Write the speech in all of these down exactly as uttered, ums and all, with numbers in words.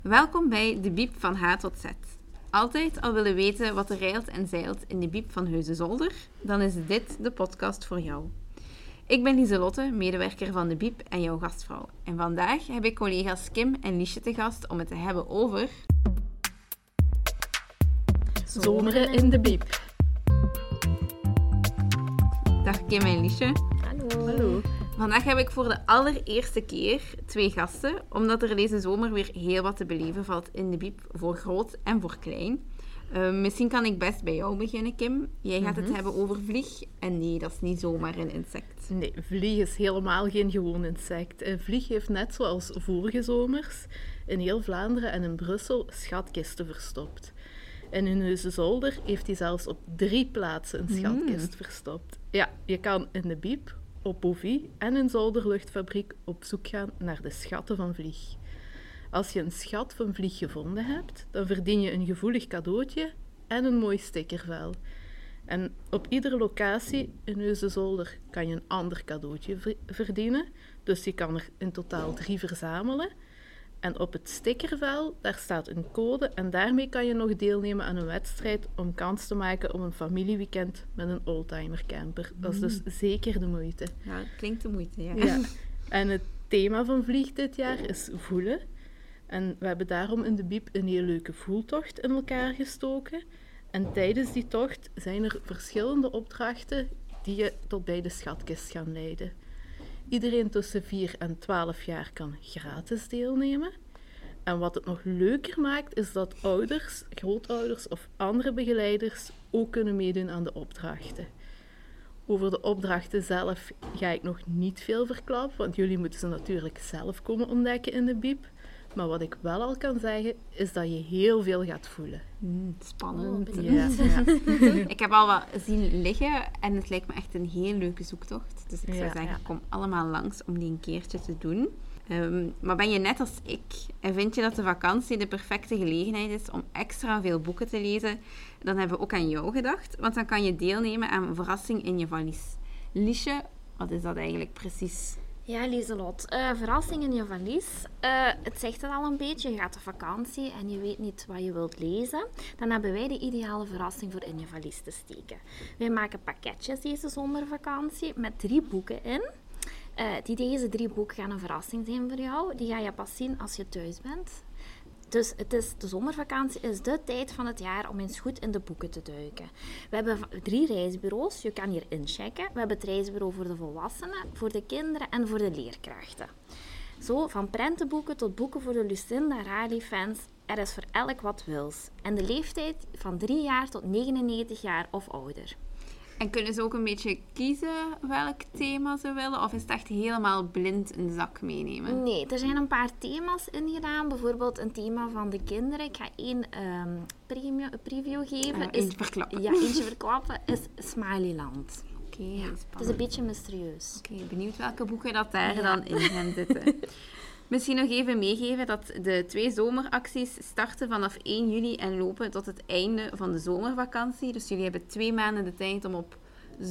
Welkom bij De Biep van A tot Z. Altijd al willen weten wat er reilt en zeilt in de Biep van Heusden-Zolder? Dan is dit de podcast voor jou. Ik ben Lieselotte, medewerker van De Biep en jouw gastvrouw. En vandaag heb ik collega's Kim en Liesje te gast om het te hebben over... Zomeren in de Biep. Dag Kim en Liesje. Hallo. Hallo. Vandaag heb ik voor de allereerste keer twee gasten, omdat er deze zomer weer heel wat te beleven valt in de Biep, voor groot en voor klein. Uh, misschien kan ik best bij jou beginnen, Kim. Jij gaat mm-hmm. het hebben over vlieg. En nee, dat is niet zomaar een insect. Nee, vlieg is helemaal geen gewoon insect. Een vlieg heeft net zoals vorige zomers in heel Vlaanderen en in Brussel schatkisten verstopt. En in Heusden-Zolder heeft hij zelfs op drie plaatsen een schatkist mm. verstopt. Ja, je kan in de Biep, op Bovie en in Zolder Luchtfabriek op zoek gaan naar de schatten van vlieg. Als je een schat van vlieg gevonden hebt, dan verdien je een gevoelig cadeautje en een mooi stickervel. En op iedere locatie in Heusden-Zolder kan je een ander cadeautje verdienen. Dus je kan er in totaal drie verzamelen. En op het stickervel, daar staat een code en daarmee kan je nog deelnemen aan een wedstrijd om kans te maken op een familieweekend met een oldtimer camper. Dat is dus zeker de moeite. Ja, klinkt de moeite, ja. ja. En het thema van Vlieg dit jaar is voelen. En we hebben daarom in de Biep een heel leuke voeltocht in elkaar gestoken. En tijdens die tocht zijn er verschillende opdrachten die je tot bij de schatkist gaan leiden. Iedereen tussen vier en twaalf jaar kan gratis deelnemen. En wat het nog leuker maakt, is dat ouders, grootouders of andere begeleiders ook kunnen meedoen aan de opdrachten. Over de opdrachten zelf ga ik nog niet veel verklappen, want jullie moeten ze natuurlijk zelf komen ontdekken in de Biep. Maar wat ik wel al kan zeggen, is dat je heel veel gaat voelen. Mm, spannend. Oh, ja, ja. Ik heb al wat zien liggen en het lijkt me echt een heel leuke zoektocht. Dus ik zou ja, zeggen, ja. kom allemaal langs om die een keertje te doen. Um, maar ben je net als ik en vind je dat de vakantie de perfecte gelegenheid is om extra veel boeken te lezen, dan hebben we ook aan jou gedacht. Want dan kan je deelnemen aan een verrassing in je valies. Liesje, wat is dat eigenlijk precies? Ja, Lieselot. Uh, verrassing in je valies. Uh, het zegt het al een beetje. Je gaat op vakantie en je weet niet wat je wilt lezen. Dan hebben wij de ideale verrassing voor in je valies te steken. Wij maken pakketjes deze zomervakantie met drie boeken in. Uh, die deze drie boeken gaan een verrassing zijn voor jou. Die ga je pas zien als je thuis bent. Dus het is, de zomervakantie is de tijd van het jaar om eens goed in de boeken te duiken. We hebben drie reisbureaus. Je kan hier inchecken. We hebben het reisbureau voor de volwassenen, voor de kinderen en voor de leerkrachten. Zo, van prentenboeken tot boeken voor de Lucinda Raleigh-fans. Er is voor elk wat wils. En de leeftijd van drie jaar tot negenennegentig jaar of ouder. En kunnen ze ook een beetje kiezen welk thema ze willen? Of is het echt helemaal blind een zak meenemen? Nee, er zijn een paar thema's ingedaan. Bijvoorbeeld een thema van de kinderen. Ik ga één um, preview, preview geven. Uh, eentje is, verklappen. Ja, eentje verklappen is Smileyland. Oké, okay, ja, het is een beetje mysterieus. Oké, okay, benieuwd welke boeken dat daar ja. dan in gaan zitten. Misschien nog even meegeven dat de twee zomeracties starten vanaf één juli en lopen tot het einde van de zomervakantie. Dus jullie hebben twee maanden de tijd om op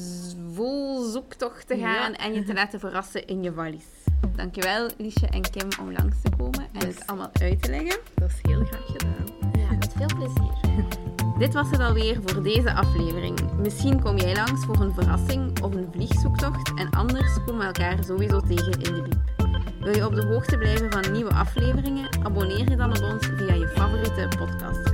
vol zoektocht te gaan ja. en je te laten verrassen in je valies. Dankjewel Liesje en Kim om langs te komen en het allemaal uit te leggen. Dat is heel graag gedaan. Ja, met veel plezier. Dit was het alweer voor deze aflevering. Misschien kom jij langs voor een verrassing of een vliegzoektocht en anders komen we elkaar sowieso tegen in de Biep. Wil je op de hoogte blijven van nieuwe afleveringen? Abonneer je dan op ons via je favoriete podcast.